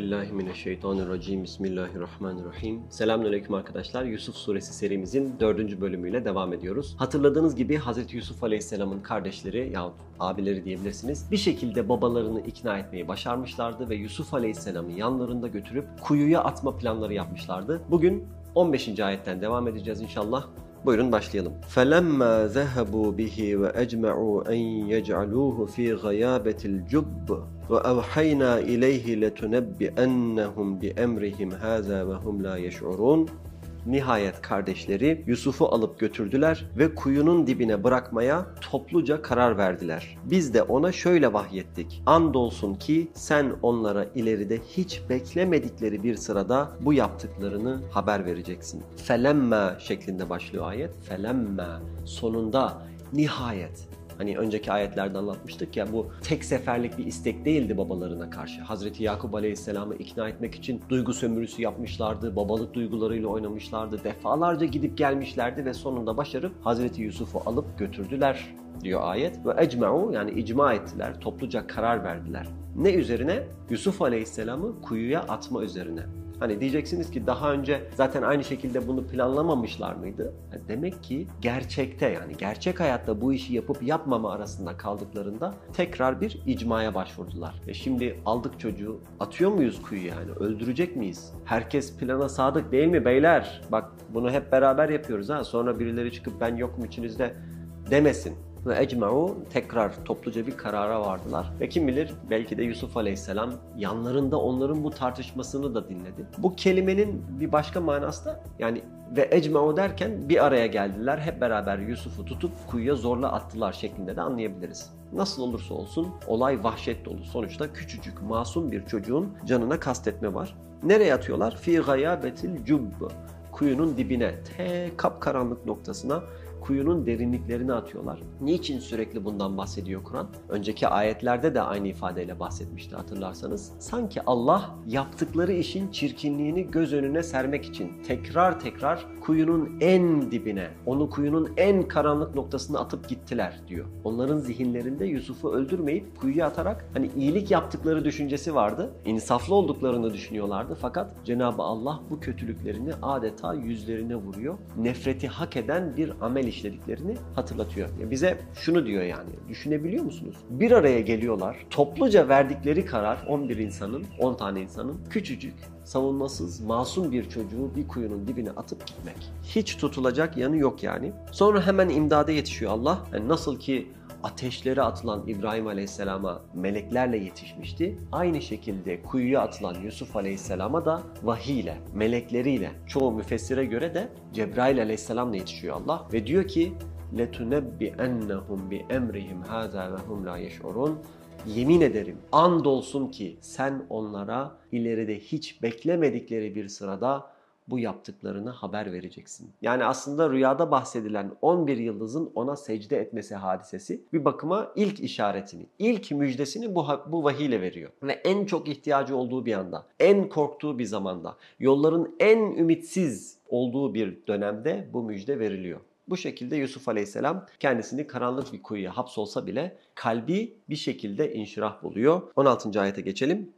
Euzubillahimineşşeytanirracim. Bismillahirrahmanirrahim. Selamünaleyküm arkadaşlar. Yusuf Suresi serimizin 4. bölümüyle devam ediyoruz. Hatırladığınız gibi Hazreti Yusuf Aleyhisselam'ın kardeşleri yahut abileri diyebilirsiniz, bir şekilde babalarını ikna etmeyi başarmışlardı ve Yusuf Aleyhisselam'ı yanlarında götürüp kuyuya atma planları yapmışlardı. Bugün 15. ayetten devam edeceğiz inşallah. Buyurun başlayalım. فَلَمَّا ذَهَبُوا بِهِ وَأَجْمَعُوا أَنْ يَجْعَلُوهُ فِي غَيَابَةِ الْجُبِّ وَأَوْحَيْنَا إِلَيْهِ لَتُنَبِّئَنَّهُمْ بِأَمْرِهِمْ هَذَا وَهُمْ لَا يَشْعُرُونَ. Nihayet kardeşleri Yusuf'u alıp götürdüler ve kuyunun dibine bırakmaya topluca karar verdiler. Biz de ona şöyle vahyettik: andolsun ki sen onlara ileride hiç beklemedikleri bir sırada bu yaptıklarını haber vereceksin. Felemma şeklinde başlıyor ayet. Felemma, sonunda, nihayet. Hani önceki ayetlerde anlatmıştık ya, bu tek seferlik bir istek değildi babalarına karşı. Hazreti Yakup Aleyhisselam'ı ikna etmek için duygu sömürüsü yapmışlardı, babalık duygularıyla oynamışlardı, defalarca gidip gelmişlerdi ve sonunda başarıp Hazreti Yusuf'u alıp götürdüler diyor ayet. Ve ecma'u, yani icma ettiler, topluca karar verdiler. Ne üzerine? Yusuf Aleyhisselam'ı kuyuya atma üzerine. Hani diyeceksiniz ki daha önce zaten aynı şekilde bunu planlamamışlar mıydı? Demek ki gerçekte, yani gerçek hayatta bu işi yapıp yapmama arasında kaldıklarında tekrar bir icmaya başvurdular. Şimdi aldık çocuğu, atıyor muyuz kuyuya, yani öldürecek miyiz? Herkes plana sadık değil mi beyler? Bak bunu hep beraber yapıyoruz ha. Sonra birileri çıkıp ben yokum içinizde demesin. Ve ecma'u, tekrar topluca bir karara vardılar. Ve kim bilir belki de Yusuf Aleyhisselam yanlarında onların bu tartışmasını da dinledi. Bu kelimenin bir başka manası da, yani ve ecma'u derken bir araya geldiler. Hep beraber Yusuf'u tutup kuyuya zorla attılar şeklinde de anlayabiliriz. Nasıl olursa olsun olay vahşet dolu. Sonuçta küçücük, masum bir çocuğun canına kastetme var. Nereye atıyorlar? Fi gayabetil cubb. Kuyunun dibine, kapkaranlık noktasına, kuyunun derinliklerine atıyorlar. Niçin sürekli bundan bahsediyor Kur'an? Önceki ayetlerde de aynı ifadeyle bahsetmişti hatırlarsanız. Sanki Allah yaptıkları işin çirkinliğini göz önüne sermek için tekrar tekrar kuyunun en dibine, onu kuyunun en karanlık noktasına atıp gittiler diyor. Onların zihinlerinde Yusuf'u öldürmeyip kuyuya atarak hani iyilik yaptıkları düşüncesi vardı. İnsaflı olduklarını düşünüyorlardı, fakat Cenab-ı Allah bu kötülüklerini adeta yüzlerine vuruyor. Nefreti hak eden bir amel işlediklerini hatırlatıyor. Bize şunu diyor, yani düşünebiliyor musunuz? Bir araya geliyorlar. Topluca verdikleri karar 11 insanın, 10 tane insanın küçücük, savunmasız, masum bir çocuğu bir kuyunun dibine atıp gitmek. Hiç tutulacak yanı yok yani. Sonra hemen imdada yetişiyor Allah. Yani nasıl ki ateşlere atılan İbrahim Aleyhisselam'a meleklerle yetişmişti, aynı şekilde kuyuya atılan Yusuf Aleyhisselam'a da vahiy ile, melekleriyle, çoğu müfessire göre de Cebrail Aleyhisselam'la yetişiyor Allah ve diyor ki لَتُنَبِّئَنَّهُمْ بِأَمْرِهِمْ هَذَا وَهُمْ لَا يَشْعُرُونَ. Yemin ederim, andolsun ki sen onlara ileride hiç beklemedikleri bir sırada bu yaptıklarını haber vereceksin. Yani aslında rüyada bahsedilen 11 yıldızın ona secde etmesi hadisesi bir bakıma ilk işaretini, ilk müjdesini bu vahiyle veriyor. Ve en çok ihtiyacı olduğu bir anda, en korktuğu bir zamanda, yolların en ümitsiz olduğu bir dönemde bu müjde veriliyor. Bu şekilde Yusuf Aleyhisselam kendisini karanlık bir kuyuya hapsolsa bile kalbi bir şekilde inşirah buluyor. 16. ayete geçelim.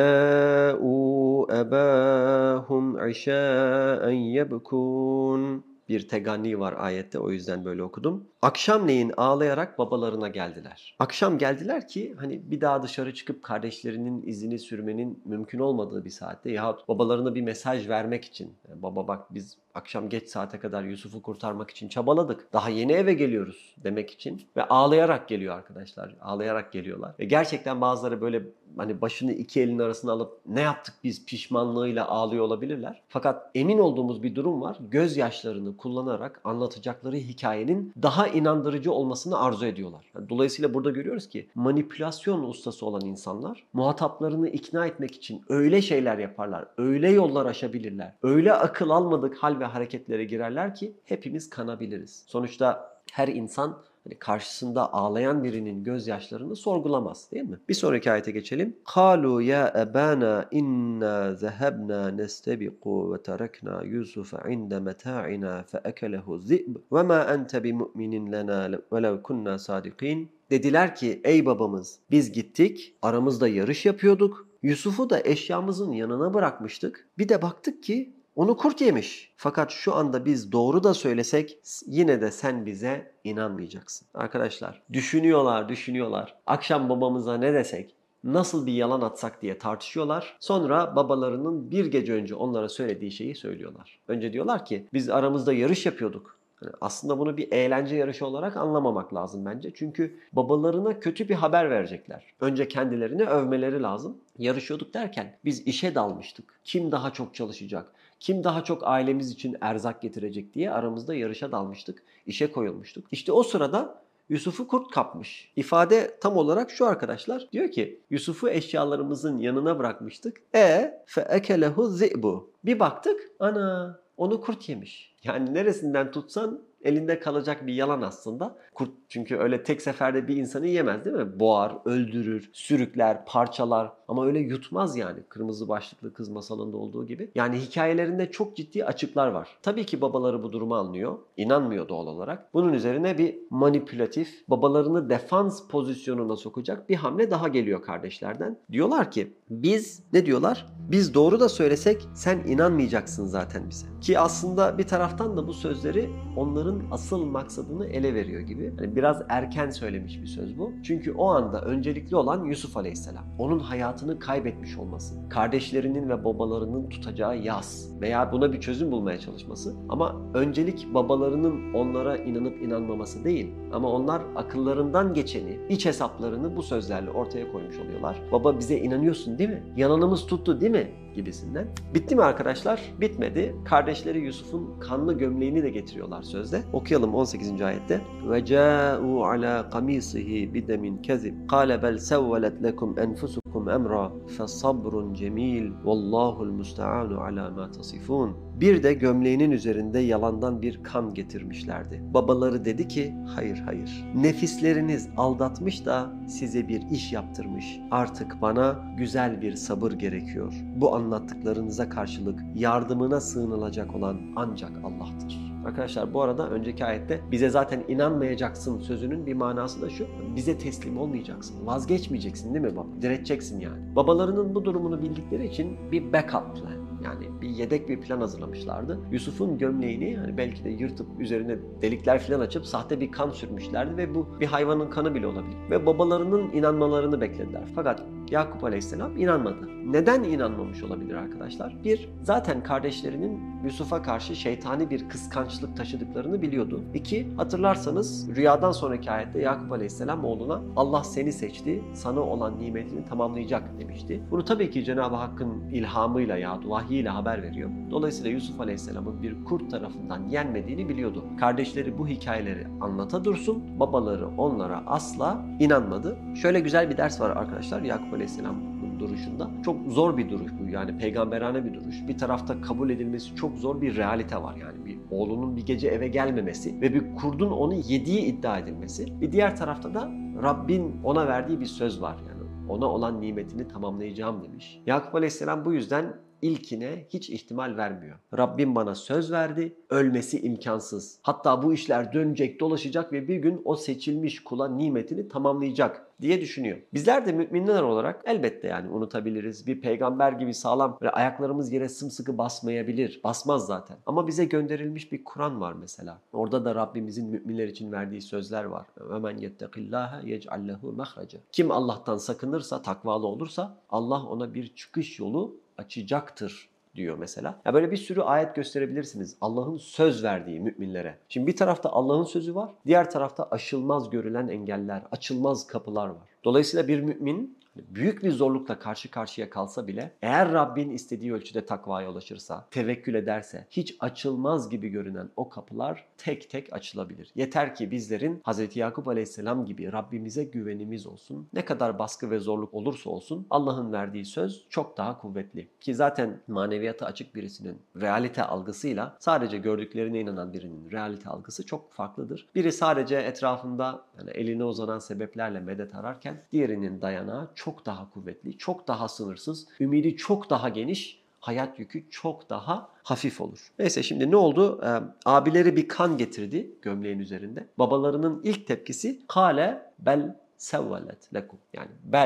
وَجَاءُوا أَبَاهُمْ عِشَاءً يَبْكُونَ. Bir teganni var ayette, o yüzden böyle okudum. Akşamleyin ağlayarak babalarına geldiler. Akşam geldiler ki hani bir daha dışarı çıkıp kardeşlerinin izini sürmenin mümkün olmadığı bir saatte yahut babalarına bir mesaj vermek için. Yani baba bak, biz akşam geç saate kadar Yusuf'u kurtarmak için çabaladık. Daha yeni eve geliyoruz demek için. Ve ağlayarak geliyor arkadaşlar. Ağlayarak geliyorlar. Ve gerçekten bazıları böyle hani başını iki elinin arasına alıp ne yaptık biz pişmanlığıyla ağlıyor olabilirler. Fakat emin olduğumuz bir durum var. Gözyaşlarını kullanarak anlatacakları hikayenin daha inandırıcı olmasını arzu ediyorlar. Dolayısıyla burada görüyoruz ki manipülasyon ustası olan insanlar muhataplarını ikna etmek için öyle şeyler yaparlar, öyle yollar aşabilirler, öyle akıl almadık hal ve hareketlere girerler ki hepimiz kanabiliriz. Sonuçta her insan karşısında ağlayan birinin gözyaşlarını sorgulamaz, değil mi? Bir sonraki ayete geçelim. قَالُوا يَا أَبَانَا إِنَّا ذَهَبْنَا نَسْتَبِقُ وَتَرَكْنَا يُوسُفَ عِنْدَ مَتَاعِنَا فَأَكَلَهُ الذِّئْبُ وَمَا أَنْتَ بِمُؤْمِنٍ لَنَا وَلَوْ كُنَّا صَادِقِينَ. Dediler ki ey babamız, biz gittik, aramızda yarış yapıyorduk, Yusuf'u da eşyamızın yanına bırakmıştık. Bir de baktık ki onu kurt yemiş. Fakat şu anda biz doğru da söylesek yine de sen bize inanmayacaksın. Arkadaşlar düşünüyorlar. Akşam babamıza ne desek, nasıl bir yalan atsak diye tartışıyorlar. Sonra babalarının bir gece önce onlara söylediği şeyi söylüyorlar. Önce diyorlar ki biz aramızda yarış yapıyorduk. Yani aslında bunu bir eğlence yarışı olarak anlamamak lazım bence. Çünkü babalarına kötü bir haber verecekler. Önce kendilerini övmeleri lazım. Yarışıyorduk derken biz işe dalmıştık. Kim daha çok çalışacak? Kim daha çok ailemiz için erzak getirecek diye aramızda yarışa dalmıştık. İşe koyulmuştuk. İşte o sırada Yusuf'u kurt kapmış. İfade tam olarak şu arkadaşlar. Diyor ki Yusuf'u eşyalarımızın yanına bırakmıştık. Fe ekelehu zi'bu. Bir baktık ana onu kurt yemiş. Yani neresinden tutsan elinde kalacak bir yalan aslında. Kurt çünkü öyle tek seferde bir insanı yemez değil mi? Boğar, öldürür, sürükler, parçalar ama öyle yutmaz yani. Kırmızı başlıklı kız masalında olduğu gibi. Yani hikayelerinde çok ciddi açıklar var. Tabii ki babaları bu durumu anlıyor. İnanmıyor doğal olarak. Bunun üzerine bir manipülatif, babalarını defans pozisyonuna sokacak bir hamle daha geliyor kardeşlerden. Diyorlar ki biz ne diyorlar? Biz doğru da söylesek sen inanmayacaksın zaten bize. Ki aslında bir taraftan da bu sözleri onların asıl maksadını ele veriyor gibi. Yani biraz erken söylemiş bir söz bu. Çünkü o anda öncelikli olan Yusuf Aleyhisselam. Onun hayatını kaybetmiş olması. Kardeşlerinin ve babalarının tutacağı yas veya buna bir çözüm bulmaya çalışması. Ama öncelik babalarının onlara inanıp inanmaması değil. Ama onlar akıllarından geçeni, iç hesaplarını bu sözlerle ortaya koymuş oluyorlar. Baba bize inanıyorsun değil mi? Yalanımız tuttu değil mi? Gibisinden. Bitti mi arkadaşlar? Bitmedi. Kardeşleri Yusuf'un kanlı gömleğini de getiriyorlar sözde. Okuyalım 18. ayette. Ve ca'u ala qamisihi bidemin kezib. Kale bel sevvelet lekum enfusukum emra. Fesabrun cemil. Vallahu'l musta'anu ala ma tasifun. Bir de gömleğinin üzerinde yalandan bir kan getirmişlerdi. Babaları dedi ki hayır. Nefisleriniz aldatmış da size bir iş yaptırmış. Artık bana güzel bir sabır gerekiyor. Bu anlattıklarınıza karşılık yardımına sığınılacak olan ancak Allah'tır. Arkadaşlar bu arada önceki ayette bize zaten inanmayacaksın sözünün bir manası da şu. Bize teslim olmayacaksın. Vazgeçmeyeceksin değil mi baba? Direteceksin yani. Babalarının bu durumunu bildikleri için bir backup plan. Yani bir yedek bir plan hazırlamışlardı. Yusuf'un gömleğini hani belki de yırtıp üzerine delikler falan açıp sahte bir kan sürmüşlerdi ve bu bir hayvanın kanı bile olabilir. Ve babalarının inanmalarını beklediler. Fakat Yakup Aleyhisselam inanmadı. Neden inanmamış olabilir arkadaşlar? Bir, zaten kardeşlerinin Yusuf'a karşı şeytani bir kıskançlık taşıdıklarını biliyordu. İki, hatırlarsanız rüyadan sonraki ayette Yakup Aleyhisselam oğluna Allah seni seçti, sana olan nimetini tamamlayacak demişti. Bunu tabii ki Cenab-ı Hakk'ın ilhamıyla ya vahiyle haber veriyor. Dolayısıyla Yusuf Aleyhisselam'ın bir kurt tarafından yenmediğini biliyordu. Kardeşleri bu hikayeleri anlata dursun, babaları onlara asla inanmadı. Şöyle güzel bir ders var arkadaşlar Yakup Aleyhisselam'ın duruşunda. Çok zor bir duruş bu yani peygamberane bir duruş. Bir tarafta kabul edilmesi çok zor bir realite var yani bir oğlunun bir gece eve gelmemesi ve bir kurdun onu yediği iddia edilmesi. Bir diğer tarafta da Rabbin ona verdiği bir söz var yani ona olan nimetini tamamlayacağım demiş. Yakup Aleyhisselam bu yüzden İlkine hiç ihtimal vermiyor. Rabbim bana söz verdi, ölmesi imkansız. Hatta bu işler dönecek, dolaşacak ve bir gün o seçilmiş kula nimetini tamamlayacak diye düşünüyor. Bizler de müminler olarak elbette yani unutabiliriz. Bir peygamber gibi sağlam ve ayaklarımız yere sımsıkı basmayabilir. Basmaz zaten. Ama bize gönderilmiş bir Kur'an var mesela. Orada da Rabbimizin müminler için verdiği sözler var. وَمَنْ يَتَّقِ اللّٰهَ يَجْعَلْ لَهُ مَخْرَجًا. Kim Allah'tan sakınırsa, takvalı olursa Allah ona bir çıkış yolu açacaktır diyor mesela. Ya böyle bir sürü ayet gösterebilirsiniz. Allah'ın söz verdiği müminlere. Şimdi bir tarafta Allah'ın sözü var. Diğer tarafta aşılmaz görülen engeller, açılmaz kapılar var. Dolayısıyla bir mümin büyük bir zorlukla karşı karşıya kalsa bile eğer Rabbin istediği ölçüde takvaya ulaşırsa, tevekkül ederse hiç açılmaz gibi görünen o kapılar tek tek açılabilir. Yeter ki bizlerin Hz. Yakup Aleyhisselam gibi Rabbimize güvenimiz olsun. Ne kadar baskı ve zorluk olursa olsun Allah'ın verdiği söz çok daha kuvvetli. Ki zaten maneviyata açık birisinin realite algısıyla sadece gördüklerine inanan birinin realite algısı çok farklıdır. Biri sadece etrafında yani eline uzanan sebeplerle medet ararken diğerinin dayanağı çok daha kuvvetli, çok daha sınırsız, ümidi çok daha geniş, hayat yükü çok daha hafif olur. Neyse şimdi ne oldu? Abileri bir kan getirdi gömleğin üzerinde. Babalarının ilk tepkisi kâle bel sevvelet lekum. Yani bel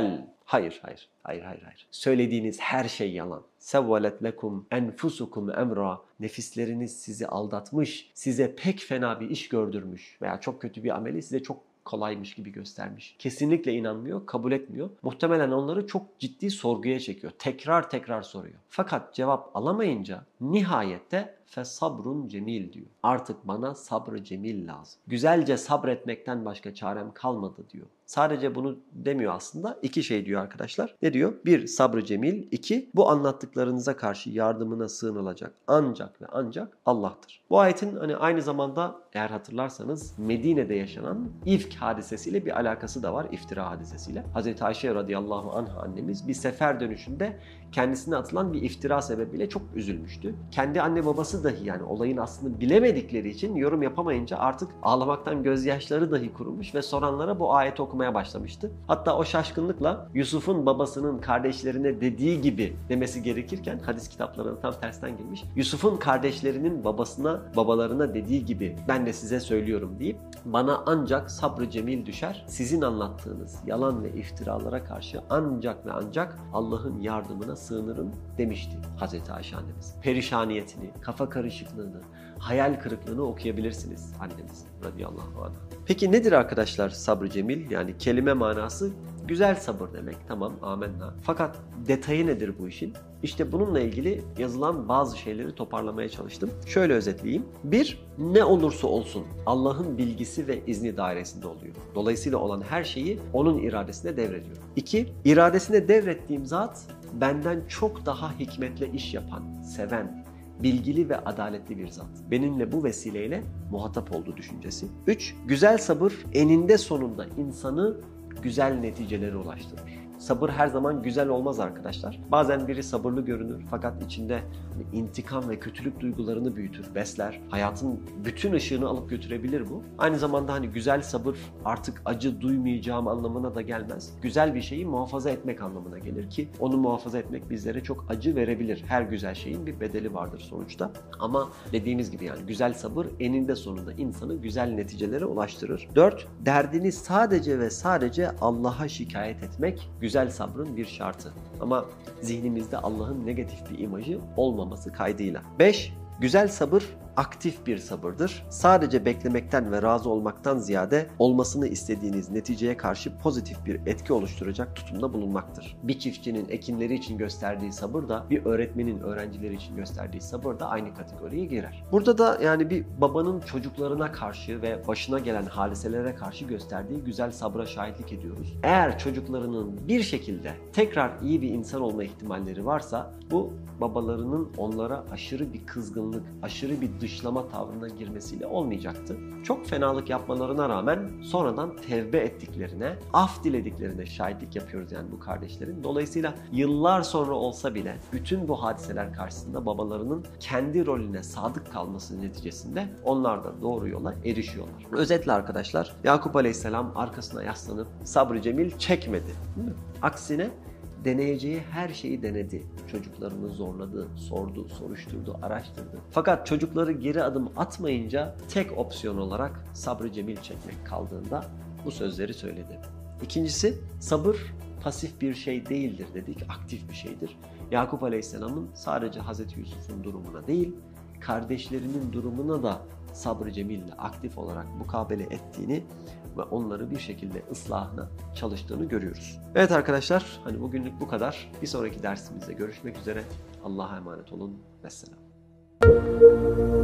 Hayır, hayır, hayır, hayır, hayır. Söylediğiniz her şey yalan. Sevvelet lekum enfusukum emra. Nefisleriniz sizi aldatmış, size pek fena bir iş gördürmüş veya çok kötü bir ameli size çok kolaymış gibi göstermiş. Kesinlikle inanmıyor, kabul etmiyor. Muhtemelen onları çok ciddi sorguya çekiyor. Tekrar tekrar soruyor. Fakat cevap alamayınca nihayette fesabrun cemil diyor. Artık bana sabrı cemil lazım. Güzelce sabretmekten başka çarem kalmadı diyor. Sadece bunu demiyor aslında. İki şey diyor arkadaşlar. Ne diyor? Bir, sabrı cemil. İki, bu anlattıklarınıza karşı yardımına sığınılacak ancak ve ancak Allah'tır. Bu ayetin hani aynı zamanda eğer hatırlarsanız Medine'de yaşanan İfk hadisesiyle bir alakası da var. İftira hadisesiyle. Hazreti Ayşe radıyallahu anha annemiz bir sefer dönüşünde kendisine atılan bir iftira sebebiyle çok üzülmüştü. Kendi anne babası dahi yani olayın aslını bilemedikleri için yorum yapamayınca artık ağlamaktan gözyaşları dahi kurumuş ve soranlara bu ayeti okumaya başlamıştı. Hatta o şaşkınlıkla Yusuf'un babasının kardeşlerine dediği gibi demesi gerekirken hadis kitaplarına tam tersten girmiş. Yusuf'un kardeşlerinin babalarına dediği gibi ben de size söylüyorum deyip bana ancak sabrı cemil düşer. Sizin anlattığınız yalan ve iftiralara karşı ancak ve ancak Allah'ın yardımına sığınırım demişti Hazreti Ayşe annemiz. Perişaniyetini, kafa karışıklığını, hayal kırıklığını okuyabilirsiniz annemiz radıyallahu anh. Peki nedir arkadaşlar sabrı cemil? Yani kelime manası güzel sabır demek. Tamam, amenna. Fakat detayı nedir bu işin? İşte bununla ilgili yazılan bazı şeyleri toparlamaya çalıştım. Şöyle özetleyeyim. Bir, ne olursa olsun Allah'ın bilgisi ve izni dairesinde oluyor. Dolayısıyla olan her şeyi onun iradesine devrediyor. İki, iradesine devrettiğim zat benden çok daha hikmetle iş yapan, seven, bilgili ve adaletli bir zat. Benimle bu vesileyle muhatap olduğu düşüncesi. 3. Güzel sabır eninde sonunda insanı güzel neticelere ulaştırır. Sabır her zaman güzel olmaz arkadaşlar. Bazen biri sabırlı görünür fakat içinde intikam ve kötülük duygularını büyütür, besler. Hayatın bütün ışığını alıp götürebilir bu. Aynı zamanda hani güzel sabır artık acı duymayacağım anlamına da gelmez. Güzel bir şeyi muhafaza etmek anlamına gelir ki onu muhafaza etmek bizlere çok acı verebilir. Her güzel şeyin bir bedeli vardır sonuçta. Ama dediğimiz gibi yani güzel sabır eninde sonunda insanı güzel neticelere ulaştırır. 4. Derdini sadece ve sadece Allah'a şikayet etmek güzel sabrın bir şartı. Ama zihnimizde Allah'ın negatif bir imajı olmaması kaydıyla. 5. Güzel sabır aktif bir sabırdır. Sadece beklemekten ve razı olmaktan ziyade olmasını istediğiniz neticeye karşı pozitif bir etki oluşturacak tutumda bulunmaktır. Bir çiftçinin ekinleri için gösterdiği sabır da bir öğretmenin öğrencileri için gösterdiği sabır da aynı kategoriye girer. Burada da yani bir babanın çocuklarına karşı ve başına gelen hadiselere karşı gösterdiği güzel sabra şahitlik ediyoruz. Eğer çocuklarının bir şekilde tekrar iyi bir insan olma ihtimalleri varsa bu babalarının onlara aşırı bir kızgınlık, aşırı bir dışlama tavrına girmesiyle olmayacaktı. Çok fenalık yapmalarına rağmen sonradan tevbe ettiklerine, af dilediklerine şahitlik yapıyoruz yani bu kardeşlerin. Dolayısıyla yıllar sonra olsa bile bütün bu hadiseler karşısında babalarının kendi rolüne sadık kalması neticesinde onlar da doğru yola erişiyorlar. Özetle arkadaşlar, Yakup Aleyhisselam arkasına yaslanıp sabrı cemil çekmedi. Değil mi? Aksine deneyeceği her şeyi denedi. Çocuklarını zorladı, sordu, soruşturdu, araştırdı. Fakat çocukları geri adım atmayınca tek opsiyon olarak sabrı cemil çekmek kaldığında bu sözleri söyledi. İkincisi, sabır pasif bir şey değildir dedik, aktif bir şeydir. Yakup Aleyhisselam'ın sadece Hazreti Yusuf'un durumuna değil, kardeşlerinin durumuna da sabrı cemille aktif olarak mukabele ettiğini ve onları bir şekilde ıslahına çalıştığını görüyoruz. Evet arkadaşlar, hani bugünlük bu kadar. Bir sonraki dersimizde görüşmek üzere. Allah'a emanet olun. Vesselam.